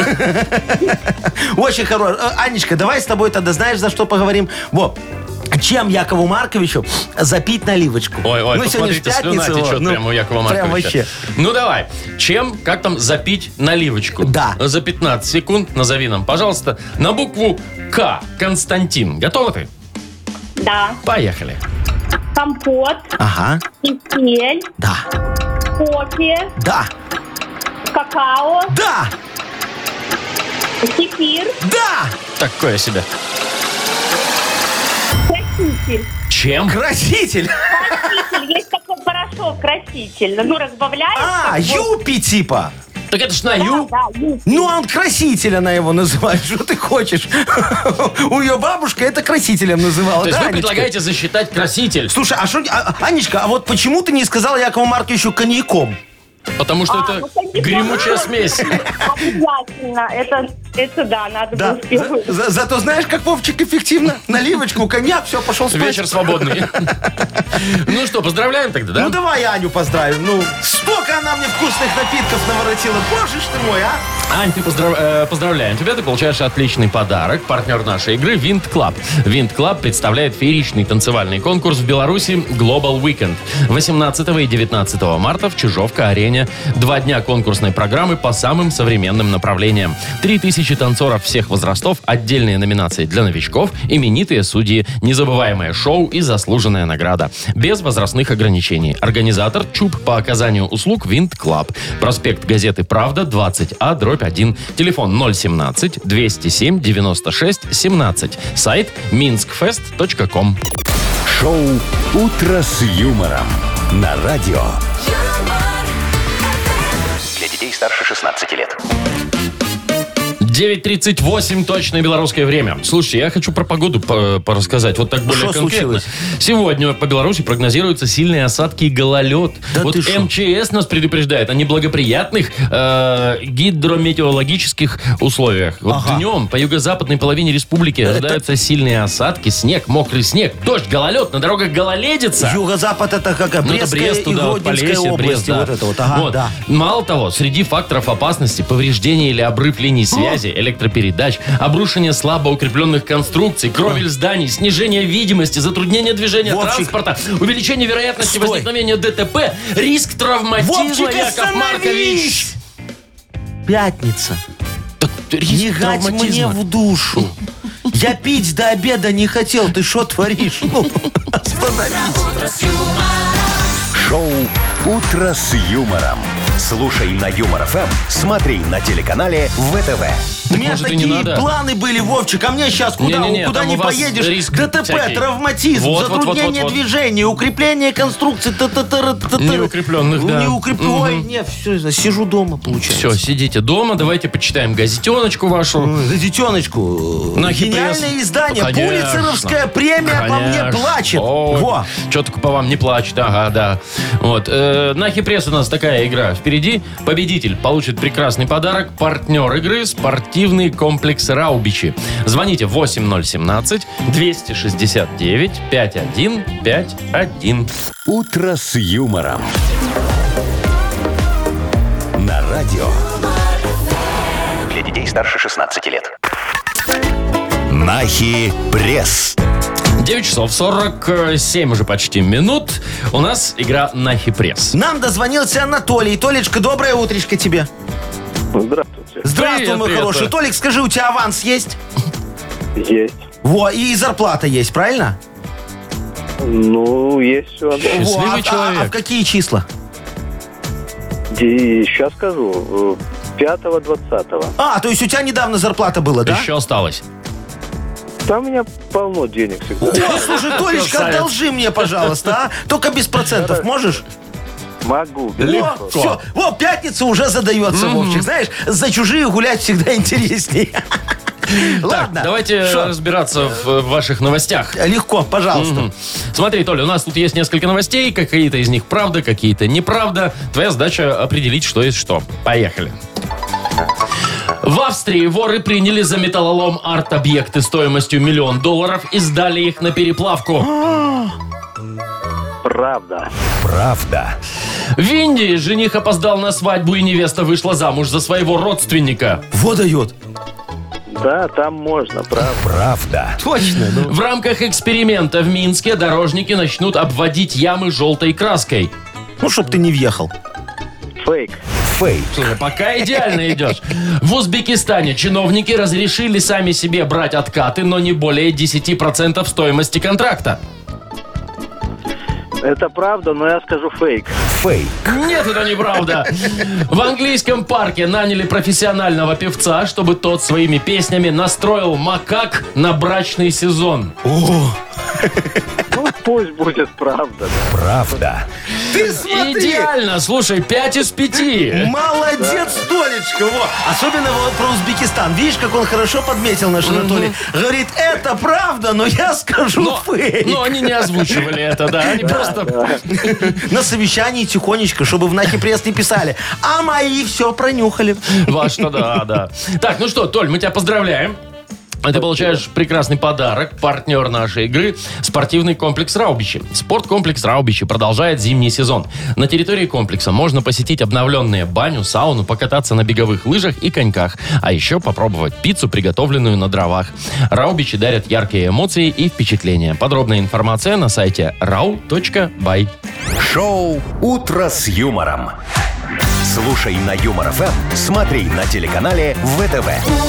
Очень хорошая. Анечка, давай с тобой тогда знаешь, за что поговорим? Во. Чем Якову Марковичу запить наливочку? Ой, Ну, сегодня ж посмотрите, слюна пятница, течет вот, прямо у Якова Марковича. Прям вообще. Ну, давай. Чем, как там запить наливочку? Да. За 15 секунд назови нам, пожалуйста, на букву К. Константин. Готова ты? Да. Поехали. Компот, Ага. кисель, Да. кофе, Да. какао, Да. кефир, Да. Такое себе. краситель. Чем? Краситель. Краситель. Есть такой порошок, краситель. Ну, разбавляешь. Юпи типа. Так это ж на Ю. Да, Ну, он краситель, она его называет. Что ты хочешь? У ее бабушка это красителем называла. То есть да, вы Анечка? предлагаете засчитать краситель. Слушай, Анечка, а вот почему ты не сказала Якову Марковичу коньяком? Потому что это коньяком. гремучая смесь. обязательно. Это да, надо Да. было сделать. Зато знаешь, как Вовчик эффективно? Наливочку, коньяк, все, пошел спать. Вечер свободный. Ну что, поздравляем тогда, да? Ну, давай Аню поздравим. Ну, столько она мне вкусных напитков наворотила. Боже ж ты мой, а? Ань, поздравляем тебя. Ты получаешь отличный подарок. Партнер нашей игры Винт Клаб. Винт Клаб представляет фееричный танцевальный конкурс в Беларуси Global Weekend. 18 и 19 марта в Чижовка-арене. 2 дня конкурсной программы по самым современным направлениям. 3000 танцоров всех возрастов, отдельные номинации для новичков, именитые судьи, незабываемое шоу и заслуженная награда. Без возрастных ограничений. Организатор ЧУП по оказанию услуг Винт Клаб. Проспект газеты «Правда», 20А/1. Телефон 017-207-96-17. Сайт minskfest.com. Шоу «Утро с юмором» на радио. Для детей старше 16 лет. 9:38 точное белорусское время. Слушайте, я хочу про погоду порассказать. Вот так более Что конкретно. случилось? Сегодня по Беларуси прогнозируются сильные осадки и гололед. Да вот ты шо? МЧС нас предупреждает о неблагоприятных гидрометеорологических условиях. Вот Ага. днем по юго-западной половине республики ожидаются сильные осадки, снег, мокрый снег, дождь, гололед, на дорогах гололедица. Юго-запад это как Ну, это Брестская Брест и туда, вот, Гродненская Полесье, области. Брест, да. Вот это вот, ага, Вот. да. Мало того, среди факторов опасности повреждение или обрыв линий связи, электропередач, обрушение слабо укрепленных конструкций, кровель зданий, снижение видимости, затруднение движения Вовчик. транспорта, увеличение вероятности Стой. возникновения ДТП, риск травматизма, Вовчик, Яков Маркович. остановись! Пятница. Риск Не гать мне травматизма. в душу. Я пить до обеда не хотел. Ты что творишь? Ну, остановись. Шоу «Утро с юмором». Слушай на Юмор ФМ, смотри на телеканале ВТВ. У меня может, и не такие надо? планы были, Вовчик, а мне сейчас куда Не-не-не, там не у вас поедешь, риск ДТП, всякий. травматизм, Вот. затруднение движения, укрепление конструкции, Неукрепленных, да. Ой, нет, все, сижу дома, получается. Все, сидите дома, давайте почитаем газетеночку вашу. Газетеночку. Нахи Гениальное пресс. издание. Конечно. Пулитцеровская премия по мне Конечно. плачет. Ой, Во. что только по вам не плачет, ага, да. Вот. Нахи пресс у нас такая игра впереди. Победитель получит прекрасный подарок. Партнер игры — спортивный комплекс Раубичи. Звоните 8017-269-5151. «Утро с юмором». На радио. Для детей старше 16 лет. Нахи пресс. 9 часов 47 уже почти минут. У нас игра Нахи пресс. Нам дозвонился Анатолий. Толечка, доброе утречко тебе. Здравствуйте. Здравствуй, Привет, мой привет, хороший. да. Толик, скажи, у тебя аванс есть? Есть. Во, и зарплата есть, правильно? Ну, есть все. Счастливый человек. А в какие числа? И сейчас скажу. 5-20. А, то есть у тебя недавно зарплата была, да? Еще осталось. Там у меня полно денег всегда. О, слушай, Толечка, Красавец. одолжи мне, пожалуйста, а? Только без процентов, можешь? Могу. О, все, вот пятница уже задается, Вовчик. Знаешь, за чужие гулять всегда интересней. Ладно. Давайте Шо? разбираться в ваших новостях. Легко, пожалуйста. Мгм. Смотри, Толя, у нас тут есть несколько новостей. Какие-то из них правда, какие-то неправда. Твоя задача определить, что есть что. Поехали. В Австрии воры приняли за металлолом арт-объекты стоимостью $1 миллион и сдали их на переплавку. Правда. Правда. В Индии жених опоздал на свадьбу, и невеста вышла замуж за своего родственника. Вот дает. Да, там можно, правда. Правда. Точно. Ну. В рамках эксперимента в Минске дорожники начнут обводить ямы желтой краской. Ну, чтоб ты не въехал. Фейк. Фейк. Слушай, пока идеально идешь. В Узбекистане чиновники разрешили сами себе брать откаты, но не более 10% стоимости контракта. Это правда, но я скажу фейк. Фейк. Нет, это неправда. В английском парке наняли профессионального певца, чтобы тот своими песнями настроил макак на брачный сезон. О, Ну, пусть будет правда. Правда. ты смотри. Идеально. Слушай, 5 из 5. Молодец, Толечка. Во. Особенно вот про Узбекистан. Видишь, как он хорошо подметил наш Анатолий. Говорит, это правда, но я скажу фейк. Но они не озвучивали это, да. Они просто... На совещании тихонечко, чтобы в Нахи пресс не писали. А мои все пронюхали. Ваш-то да. Так, ну что, Толь, мы тебя поздравляем. Ты получаешь прекрасный подарок. Партнер нашей игры — спортивный комплекс Раубичи. Спорткомплекс Раубичи продолжает зимний сезон. На территории комплекса можно посетить обновленные баню, сауну, покататься на беговых лыжах и коньках. А еще попробовать пиццу, приготовленную на дровах. Раубичи дарят яркие эмоции и впечатления. Подробная информация на сайте rau.by. Шоу «Утро с юмором». Слушай на Юмор ФМ, смотри на телеканале ВТВ.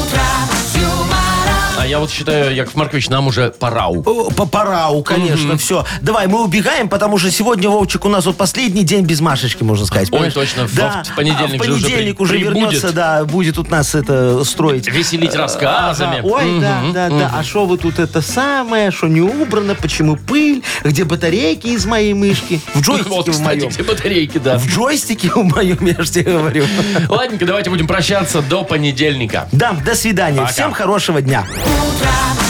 А я вот считаю, Яков Маркович, нам уже пора. По-порау, конечно, все. Давай, мы убегаем, потому что сегодня, Вовчик, у нас вот последний день без Машечки, можно сказать. Ой, понимаешь? точно, Да. в понедельник в же уже понедельник уже прибудет. вернется, да, будет тут нас это строить. Веселить рассказами. Ага. Ой, да. А что вы тут это самое, что не убрано, почему пыль, где батарейки из моей мышки? В джойстике Вот, в кстати, моем. где батарейки, да. В джойстике в моем, я же тебе говорю. Ладненько, давайте будем прощаться до понедельника. Да, до свидания. Пока. Всем хорошего дня. Утро